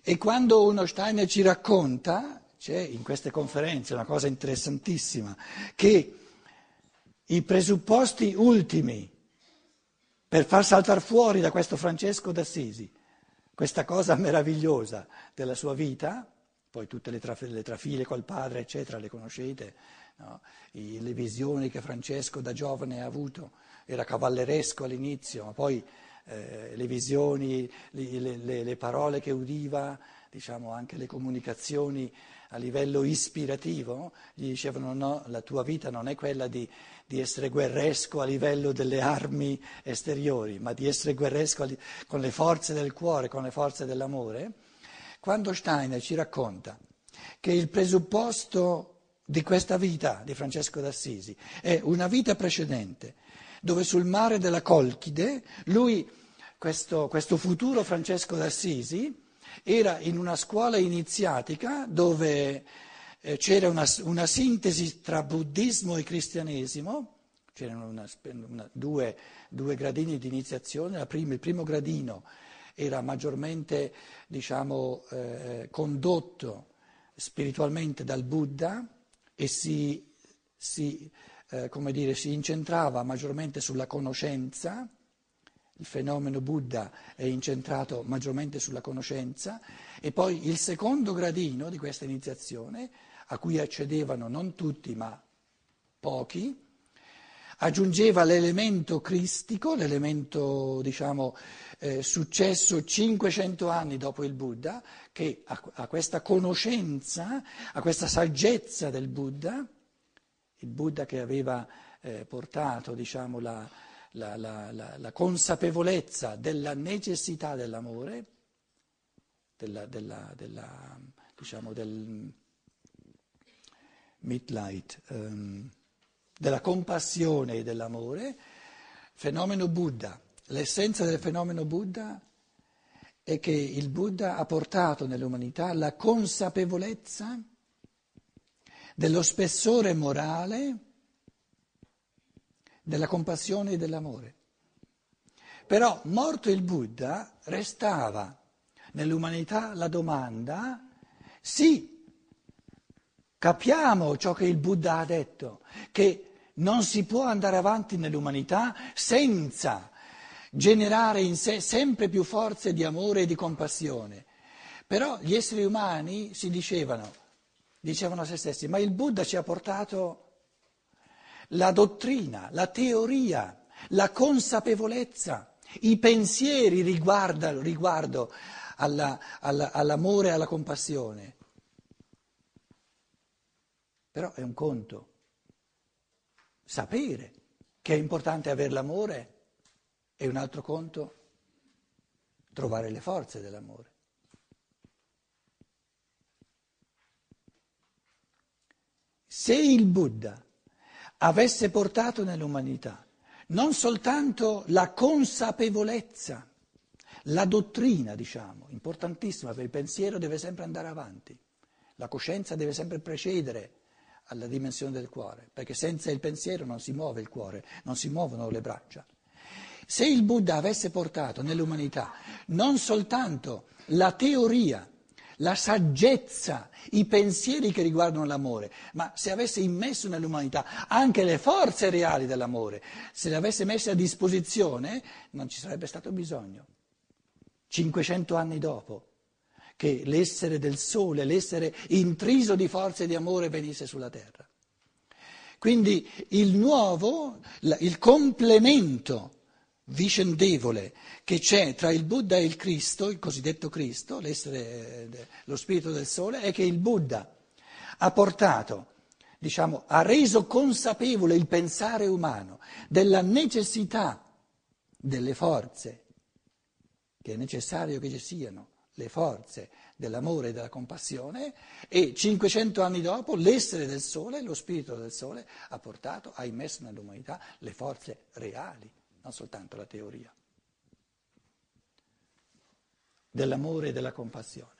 E quando uno Steiner ci racconta, c'è in queste conferenze una cosa interessantissima, che i presupposti ultimi per far saltare fuori da questo Francesco d'Assisi, questa cosa meravigliosa della sua vita, poi tutte le trafile col padre, eccetera, le conoscete, no? Le visioni che Francesco da giovane ha avuto, era cavalleresco all'inizio, ma poi le visioni, le parole che udiva, diciamo anche le comunicazioni a livello ispirativo, gli dicevano no, la tua vita non è quella di essere guerresco a livello delle armi esteriori, ma di essere guerresco con le forze del cuore, con le forze dell'amore. Quando Steiner ci racconta che il presupposto di questa vita di Francesco d'Assisi è una vita precedente, dove sul mare della Colchide lui, questo futuro Francesco d'Assisi, era in una scuola iniziatica dove c'era una sintesi tra buddismo e cristianesimo, c'erano due gradini di iniziazione, il primo gradino era maggiormente, diciamo, condotto spiritualmente dal Buddha e si incentrava maggiormente sulla conoscenza. Il fenomeno Buddha è incentrato maggiormente sulla conoscenza, e poi il secondo gradino di questa iniziazione, a cui accedevano non tutti ma pochi, aggiungeva l'elemento cristico, l'elemento, diciamo, successo 500 anni dopo il Buddha, che a questa conoscenza, a questa saggezza del Buddha, il Buddha che aveva portato, diciamo, la consapevolezza della necessità dell'amore, diciamo, del Mitleid, della compassione e dell'amore, fenomeno Buddha. L'essenza del fenomeno Buddha è che il Buddha ha portato nell'umanità la consapevolezza dello spessore morale, della compassione e dell'amore. Però, morto il Buddha, restava nell'umanità la domanda: sì, capiamo ciò che il Buddha ha detto, che non si può andare avanti nell'umanità senza generare in sé sempre più forze di amore e di compassione. Però gli esseri umani dicevano a se stessi: ma il Buddha ci ha portato la dottrina, la teoria, la consapevolezza, i pensieri riguardo all'amore e alla compassione. Però è un conto sapere che è importante avere l'amore, e un altro conto trovare le forze dell'amore. Se il Buddha avesse portato nell'umanità non soltanto la consapevolezza, la dottrina, diciamo, importantissima, perché il pensiero deve sempre andare avanti, la coscienza deve sempre precedere alla dimensione del cuore, perché senza il pensiero non si muove il cuore, non si muovono le braccia. Se il Buddha avesse portato nell'umanità non soltanto la teoria, la saggezza, i pensieri che riguardano l'amore, ma se avesse immesso nell'umanità anche le forze reali dell'amore, se le avesse messe a disposizione, non ci sarebbe stato bisogno, 500 anni dopo, che l'essere del sole, l'essere intriso di forze di amore venisse sulla terra. Quindi il nuovo, il complemento vicendevole che c'è tra il Buddha e il Cristo, il cosiddetto Cristo, lo spirito del sole, è che il Buddha ha portato, diciamo, ha reso consapevole il pensare umano della necessità delle forze, che è necessario che ci siano le forze dell'amore e della compassione, e 500 anni dopo l'essere del sole, lo spirito del sole, ha immesso nell'umanità le forze reali, non soltanto la teoria, dell'amore e della compassione.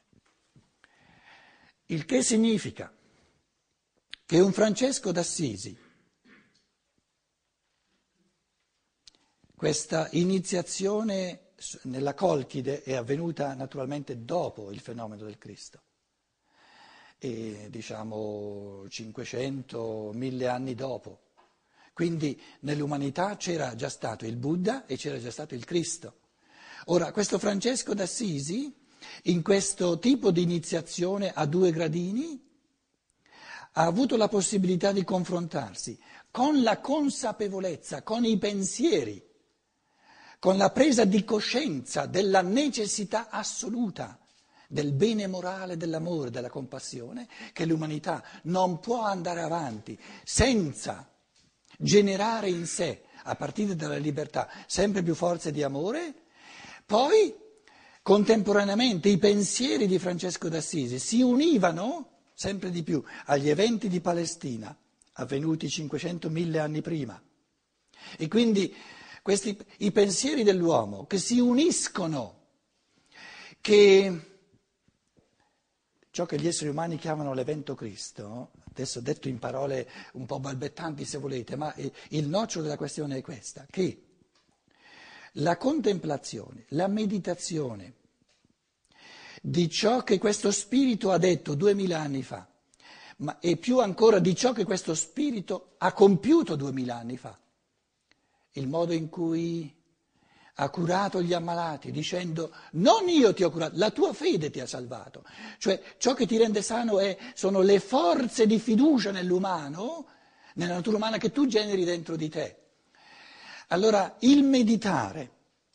Il che significa che un Francesco d'Assisi, questa iniziazione nella Colchide è avvenuta naturalmente dopo il fenomeno del Cristo, e diciamo 500, 1000 anni dopo. Quindi nell'umanità c'era già stato il Buddha e c'era già stato il Cristo. Ora, questo Francesco d'Assisi, in questo tipo di iniziazione a 2 gradini, ha avuto la possibilità di confrontarsi con la consapevolezza, con i pensieri, con la presa di coscienza della necessità assoluta del bene morale, dell'amore, della compassione, che l'umanità non può andare avanti senza generare in sé, a partire dalla libertà, sempre più forze di amore. Poi, contemporaneamente, i pensieri di Francesco d'Assisi si univano sempre di più agli eventi di Palestina, avvenuti 500-1000 anni prima. E quindi i pensieri dell'uomo che si uniscono, che ciò che gli esseri umani chiamano l'evento Cristo, adesso detto in parole un po' balbettanti se volete, ma il nocciolo della questione è questa, che la contemplazione, la meditazione di ciò che questo spirito ha detto 2000 anni fa, e più ancora di ciò che questo spirito ha compiuto 2000 anni fa, il modo in cui ha curato gli ammalati dicendo non io ti ho curato, la tua fede ti ha salvato, cioè ciò che ti rende sano sono le forze di fiducia nell'umano, nella natura umana che tu generi dentro di te. Allora il meditare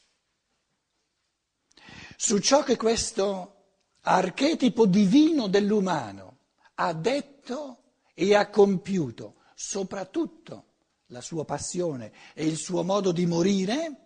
su ciò che questo archetipo divino dell'umano ha detto e ha compiuto, soprattutto la sua passione e il suo modo di morire,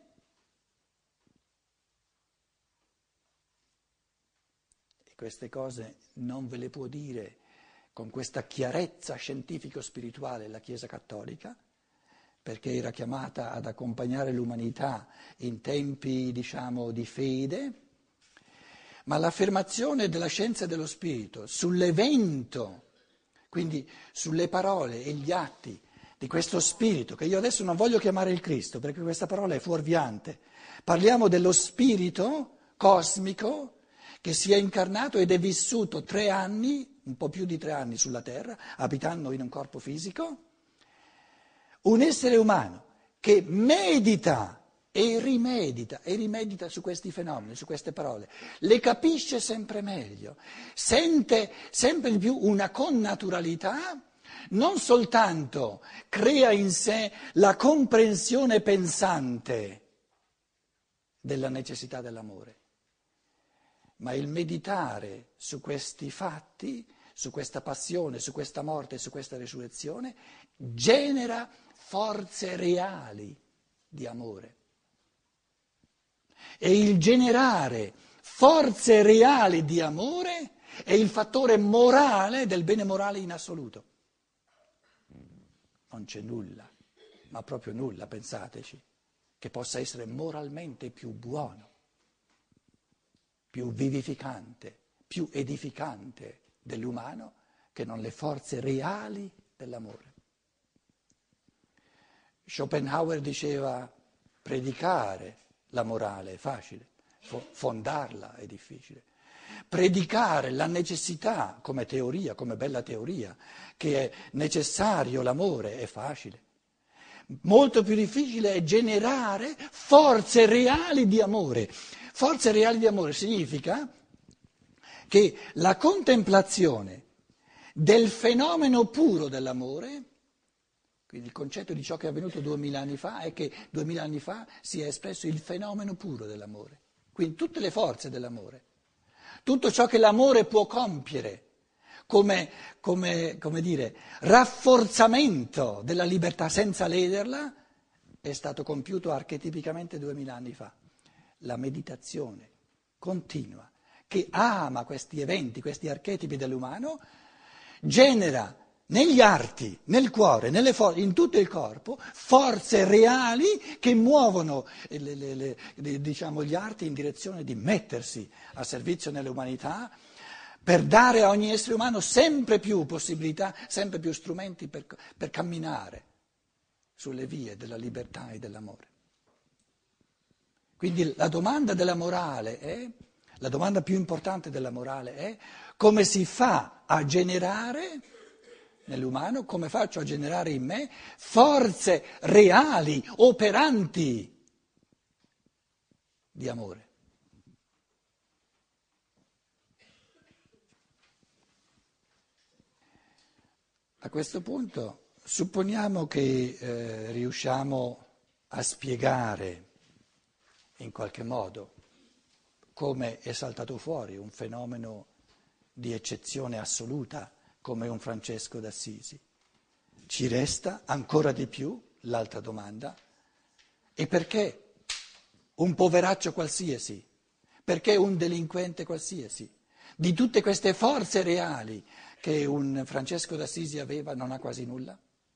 e queste cose non ve le può dire con questa chiarezza scientifico-spirituale la Chiesa Cattolica, perché era chiamata ad accompagnare l'umanità in tempi, diciamo, di fede, ma l'affermazione della scienza dello spirito sull'evento, quindi sulle parole e gli atti di questo spirito, che io adesso non voglio chiamare il Cristo, perché questa parola è fuorviante, parliamo dello spirito cosmico che si è incarnato ed è vissuto 3 anni, un po' più di 3 anni sulla terra, abitando in un corpo fisico, un essere umano che medita e rimedita su questi fenomeni, su queste parole, le capisce sempre meglio, sente sempre di più una connaturalità, non soltanto crea in sé la comprensione pensante della necessità dell'amore, ma il meditare su questi fatti, su questa passione, su questa morte, su questa risurrezione, genera forze reali di amore. E il generare forze reali di amore è il fattore morale del bene morale in assoluto. Non c'è nulla, ma proprio nulla, pensateci, che possa essere moralmente più buono, più vivificante, più edificante dell'umano che non le forze reali dell'amore. Schopenhauer diceva: predicare la morale è facile, fondarla è difficile. Predicare la necessità come teoria, come bella teoria, che è necessario l'amore, è facile. Molto più difficile è generare forze reali di amore. Forze reali di amore significa che la contemplazione del fenomeno puro dell'amore, quindi il concetto di ciò che è avvenuto 2000 anni fa è che 2000 anni fa si è espresso il fenomeno puro dell'amore, quindi tutte le forze dell'amore, tutto ciò che l'amore può compiere come dire, rafforzamento della libertà senza lederla, è stato compiuto archetipicamente 2000 anni fa. La meditazione continua che ama questi eventi, questi archetipi dell'umano, genera negli arti, nel cuore, in tutto il corpo, forze reali che muovono diciamo, gli arti in direzione di mettersi a servizio nell'umanità per dare a ogni essere umano sempre più possibilità, sempre più strumenti per camminare sulle vie della libertà e dell'amore. Quindi la domanda della morale è, la domanda più importante della morale è come si fa a generare nell'umano, come faccio a generare in me forze reali, operanti di amore. A questo punto supponiamo che riusciamo a spiegare in qualche modo come è saltato fuori un fenomeno di eccezione assoluta come un Francesco d'Assisi. Ci resta ancora di più l'altra domanda: e perché un poveraccio qualsiasi, perché un delinquente qualsiasi, di tutte queste forze reali che un Francesco d'Assisi aveva, non ha quasi nulla?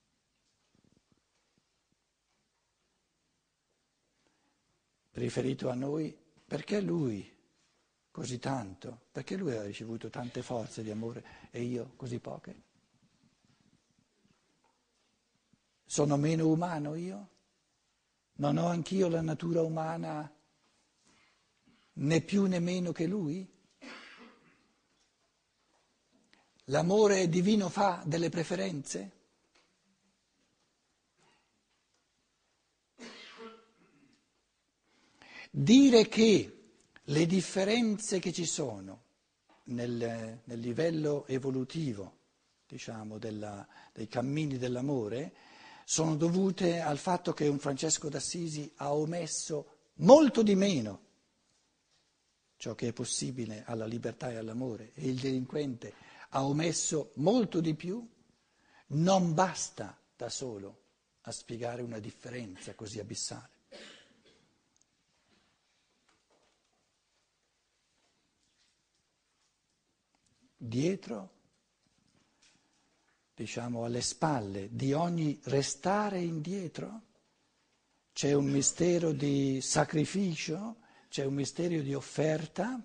Riferito a noi, perché lui così tanto? Perché lui ha ricevuto tante forze di amore e io così poche? Sono meno umano io? Non ho anch'io la natura umana né più né meno che lui? L'amore divino fa delle preferenze? Dire che le differenze che ci sono nel livello evolutivo, diciamo, dei cammini dell'amore, sono dovute al fatto che un Francesco d'Assisi ha omesso molto di meno ciò che è possibile alla libertà e all'amore, e il delinquente ha omesso molto di più, non basta da solo a spiegare una differenza così abissale. Dietro, diciamo alle spalle di ogni restare indietro, c'è un mistero di sacrificio, c'è un mistero di offerta,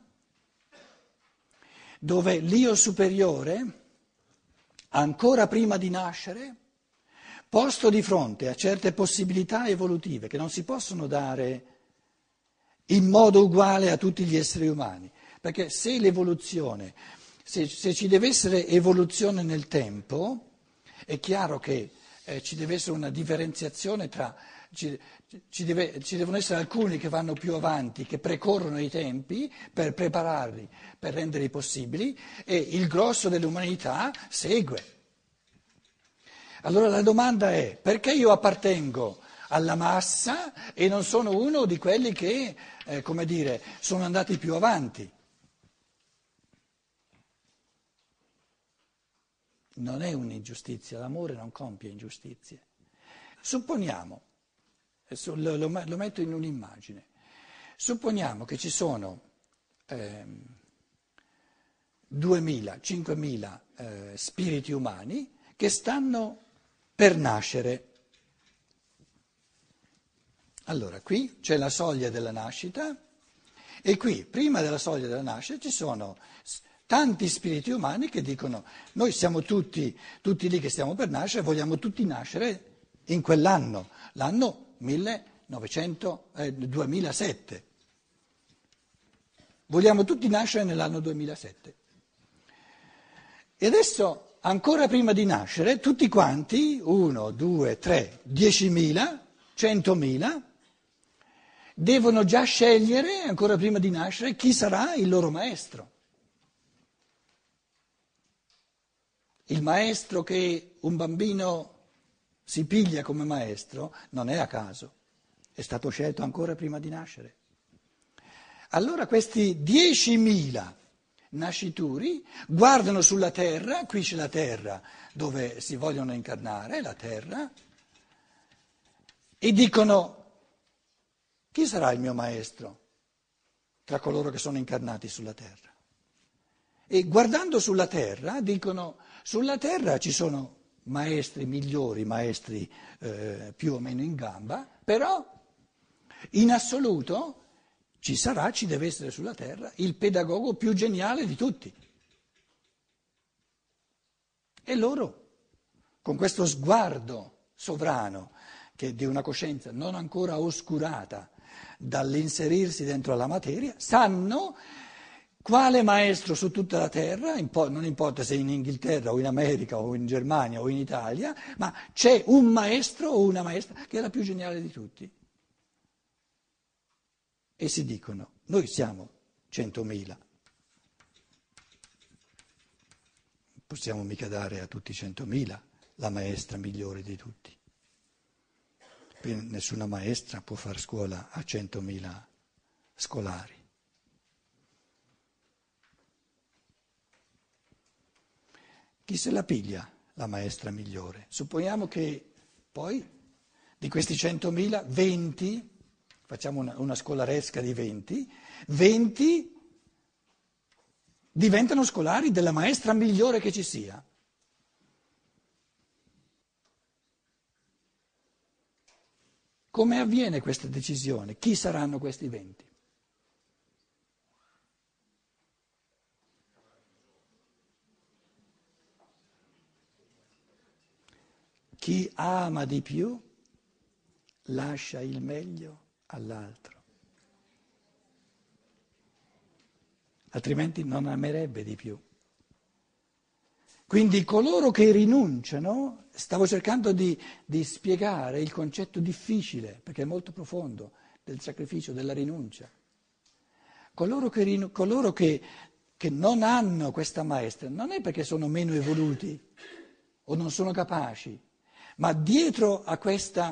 dove l'io superiore, ancora prima di nascere, posto di fronte a certe possibilità evolutive che non si possono dare in modo uguale a tutti gli esseri umani, perché se l'evoluzione, se ci deve essere evoluzione nel tempo, è chiaro che ci deve essere una differenziazione tra, ci devono essere alcuni che vanno più avanti, che precorrono i tempi per prepararli, per renderli possibili, e il grosso dell'umanità segue. Allora la domanda è: perché io appartengo alla massa e non sono uno di quelli che, come dire, sono andati più avanti? Non è un'ingiustizia, l'amore non compie ingiustizie. Supponiamo, adesso lo metto in un'immagine, supponiamo che ci sono 2.000, 5.000 spiriti umani che stanno per nascere. Allora, qui c'è la soglia della nascita e qui, prima della soglia della nascita, ci sono tanti spiriti umani che dicono: noi siamo tutti lì che stiamo per nascere, vogliamo tutti nascere in quell'anno, l'anno 2007. Vogliamo tutti nascere nell'anno 2007. E adesso, ancora prima di nascere, tutti quanti, 1, 2, 3, 10.000, 100.000, devono già scegliere, ancora prima di nascere, chi sarà il loro maestro. Il maestro che un bambino si piglia come maestro non è a caso, è stato scelto ancora prima di nascere. Allora questi 10.000 nascituri guardano sulla terra, qui c'è la terra dove si vogliono incarnare, la terra, e dicono: chi sarà il mio maestro tra coloro che sono incarnati sulla terra? E guardando sulla terra dicono: sulla terra ci sono maestri migliori, maestri più o meno in gamba, però in assoluto ci deve essere sulla terra il pedagogo più geniale di tutti. E loro, con questo sguardo sovrano, che di una coscienza non ancora oscurata, dall'inserirsi dentro alla materia, sanno quale maestro su tutta la terra, non importa se in Inghilterra o in America o in Germania o in Italia, ma c'è un maestro o una maestra che è la più geniale di tutti. E si dicono, noi siamo 100.000, non possiamo mica dare a tutti 100.000 la maestra migliore di tutti. Nessuna maestra può far scuola a 100.000 scolari. Chi se la piglia la maestra migliore? Supponiamo che poi di questi 100.000, 20, facciamo una scolaresca di 20 diventano scolari della maestra migliore che ci sia. Come avviene questa decisione? Chi saranno questi 20? Chi ama di più lascia il meglio all'altro, altrimenti non amerebbe di più. Quindi coloro che rinunciano, stavo cercando di spiegare il concetto difficile, perché è molto profondo, del sacrificio, della rinuncia. Coloro che non hanno questa maestra, non è perché sono meno evoluti o non sono capaci, ma dietro a questi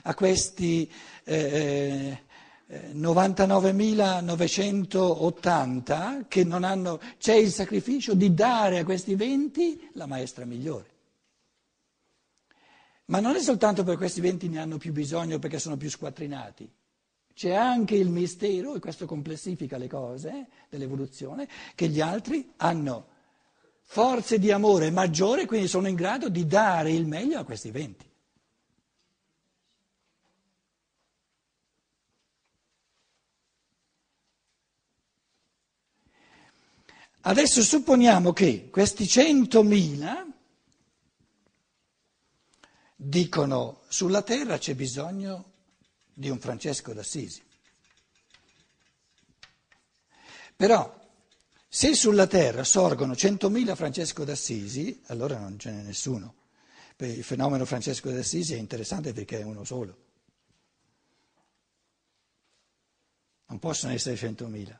99.980 che non hanno, c'è il sacrificio di dare a questi 20 la maestra migliore. Ma non è soltanto per questi 20 ne hanno più bisogno perché sono più squattrinati. C'è anche il mistero, e questo complessifica le cose dell'evoluzione, che gli altri hanno forze di amore maggiori, quindi sono in grado di dare il meglio a questi 20. Adesso supponiamo che questi 100.000 dicono sulla terra c'è bisogno di un Francesco d'Assisi. Però se sulla terra sorgono 100.000 Francesco d'Assisi, allora non ce n'è nessuno. Il fenomeno Francesco d'Assisi è interessante perché è uno solo. Non possono essere 100.000.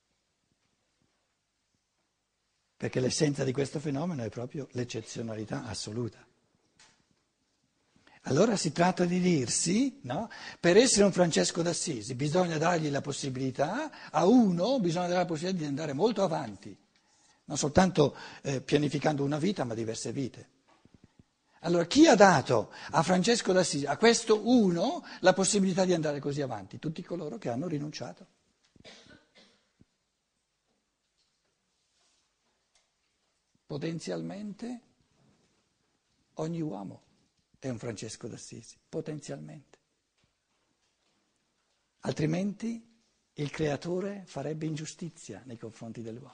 Perché l'essenza di questo fenomeno è proprio l'eccezionalità assoluta. Allora si tratta di dirsi, no? Per essere un Francesco d'Assisi bisogna dargli la possibilità, a uno bisogna dare la possibilità di andare molto avanti, non soltanto pianificando una vita, ma diverse vite. Allora chi ha dato a Francesco d'Assisi, a questo uno, la possibilità di andare così avanti? Tutti coloro che hanno rinunciato. Potenzialmente ogni uomo è un Francesco d'Assisi, potenzialmente. Altrimenti il creatore farebbe ingiustizia nei confronti dell'uomo.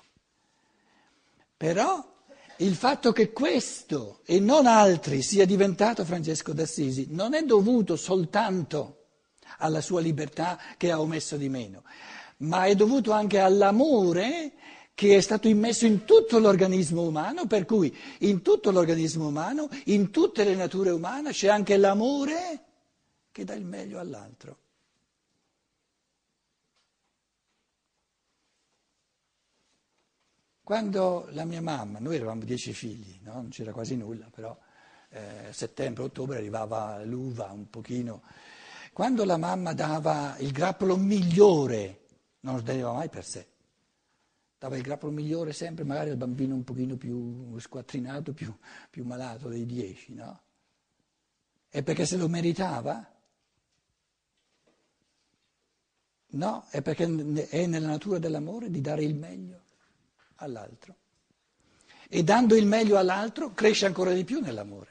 Però il fatto che questo e non altri sia diventato Francesco d'Assisi non è dovuto soltanto alla sua libertà che ha omesso di meno, ma è dovuto anche all'amore che è stato immesso in tutto l'organismo umano, per cui in tutto l'organismo umano, in tutte le nature umane, c'è anche l'amore che dà il meglio all'altro. Quando la mia mamma, noi eravamo 10 figli, no? Non c'era quasi nulla, però settembre, ottobre arrivava l'uva un pochino. Quando la mamma dava il grappolo migliore, non lo teneva mai per sé. Dava il grappolo migliore sempre magari al bambino un pochino più squattrinato, più malato dei 10, no? E perché se lo meritava? No, è perché è nella natura dell'amore di dare il meglio all'altro. E dando il meglio all'altro cresce ancora di più nell'amore.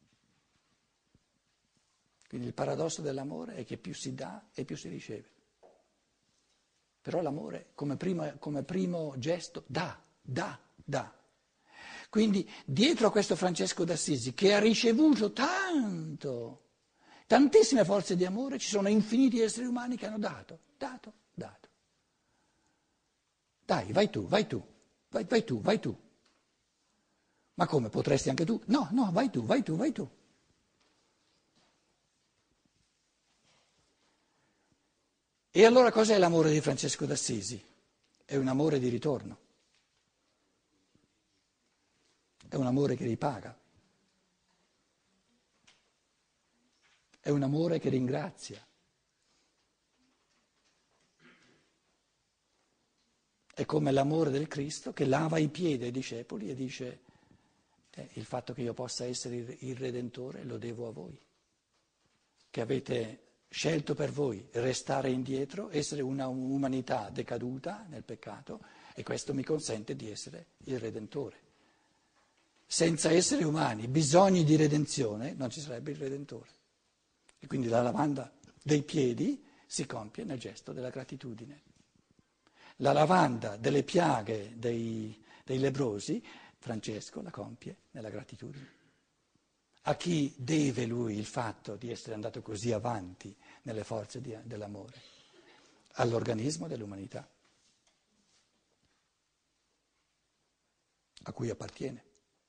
Quindi il paradosso dell'amore è che più si dà e più si riceve. Però l'amore come primo gesto dà. Quindi dietro a questo Francesco d'Assisi che ha ricevuto tanto tantissime forze di amore, ci sono infiniti esseri umani che hanno dato. Dai, vai tu, vai tu. Ma come, potresti anche tu? No, vai tu. E allora cos'è l'amore di Francesco d'Assisi? È un amore di ritorno, è un amore che ripaga, è un amore che ringrazia. È come l'amore del Cristo che lava i piedi ai discepoli e dice il fatto che io possa essere il Redentore lo devo a voi, che avete scelto per voi restare indietro, essere una umanità decaduta nel peccato e questo mi consente di essere il Redentore. Senza esseri umani, bisogni di redenzione, non ci sarebbe il Redentore. E quindi la lavanda dei piedi si compie nel gesto della gratitudine. La lavanda delle piaghe dei lebbrosi, Francesco la compie nella gratitudine. A chi deve lui il fatto di essere andato così avanti nelle forze dell'amore? All'organismo dell'umanità, a cui appartiene.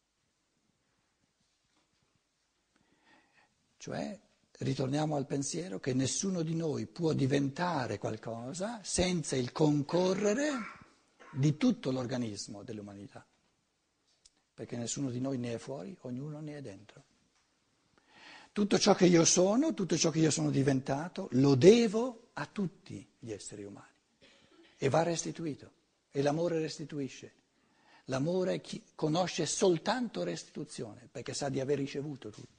Cioè, ritorniamo al pensiero che nessuno di noi può diventare qualcosa senza il concorrere di tutto l'organismo dell'umanità, perché nessuno di noi ne è fuori, ognuno ne è dentro. Tutto ciò che io sono, tutto ciò che io sono diventato, lo devo a tutti gli esseri umani e va restituito e l'amore restituisce. L'amore conosce soltanto restituzione perché sa di aver ricevuto tutto.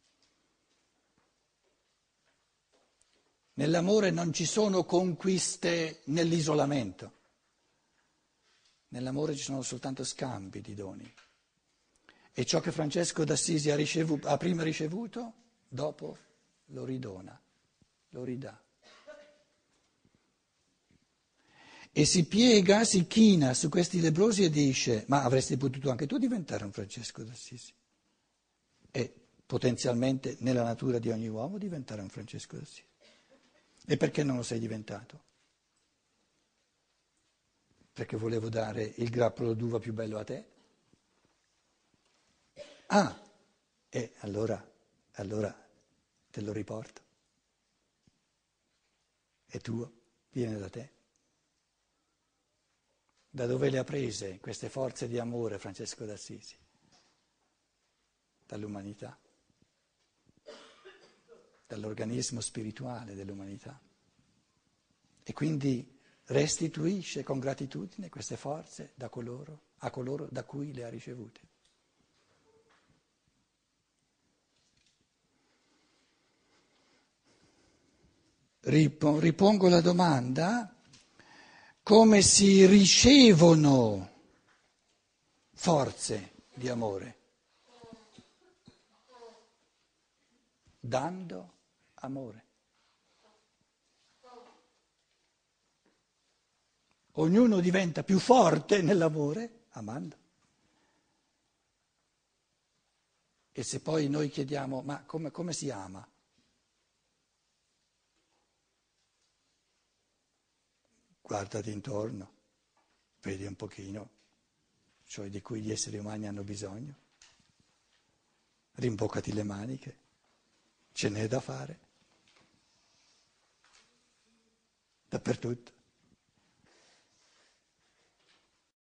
Nell'amore non ci sono conquiste nell'isolamento, nell'amore ci sono soltanto scambi di doni. E ciò che Francesco d'Assisi ha prima ricevuto, dopo lo ridona, lo ridà. E si piega, si china su questi lebbrosi e dice, ma avresti potuto anche tu diventare un Francesco d'Assisi? E potenzialmente nella natura di ogni uomo diventare un Francesco d'Assisi. E perché non lo sei diventato? Perché volevo dare il grappolo d'uva più bello a te? Ah, e allora te lo riporto. È tuo, viene da te. Da dove le ha prese queste forze di amore Francesco d'Assisi? Dall'umanità, dall'organismo spirituale dell'umanità. E quindi restituisce con gratitudine queste forze a coloro da cui le ha ricevute. Ripongo la domanda: come si ricevono forze di amore? Dando amore. Ognuno diventa più forte nell'amore amando. E se poi noi chiediamo, ma come si ama? Guardati intorno, vedi un pochino, cioè di cui gli esseri umani hanno bisogno. Rimboccati le maniche, ce n'è da fare. Dappertutto.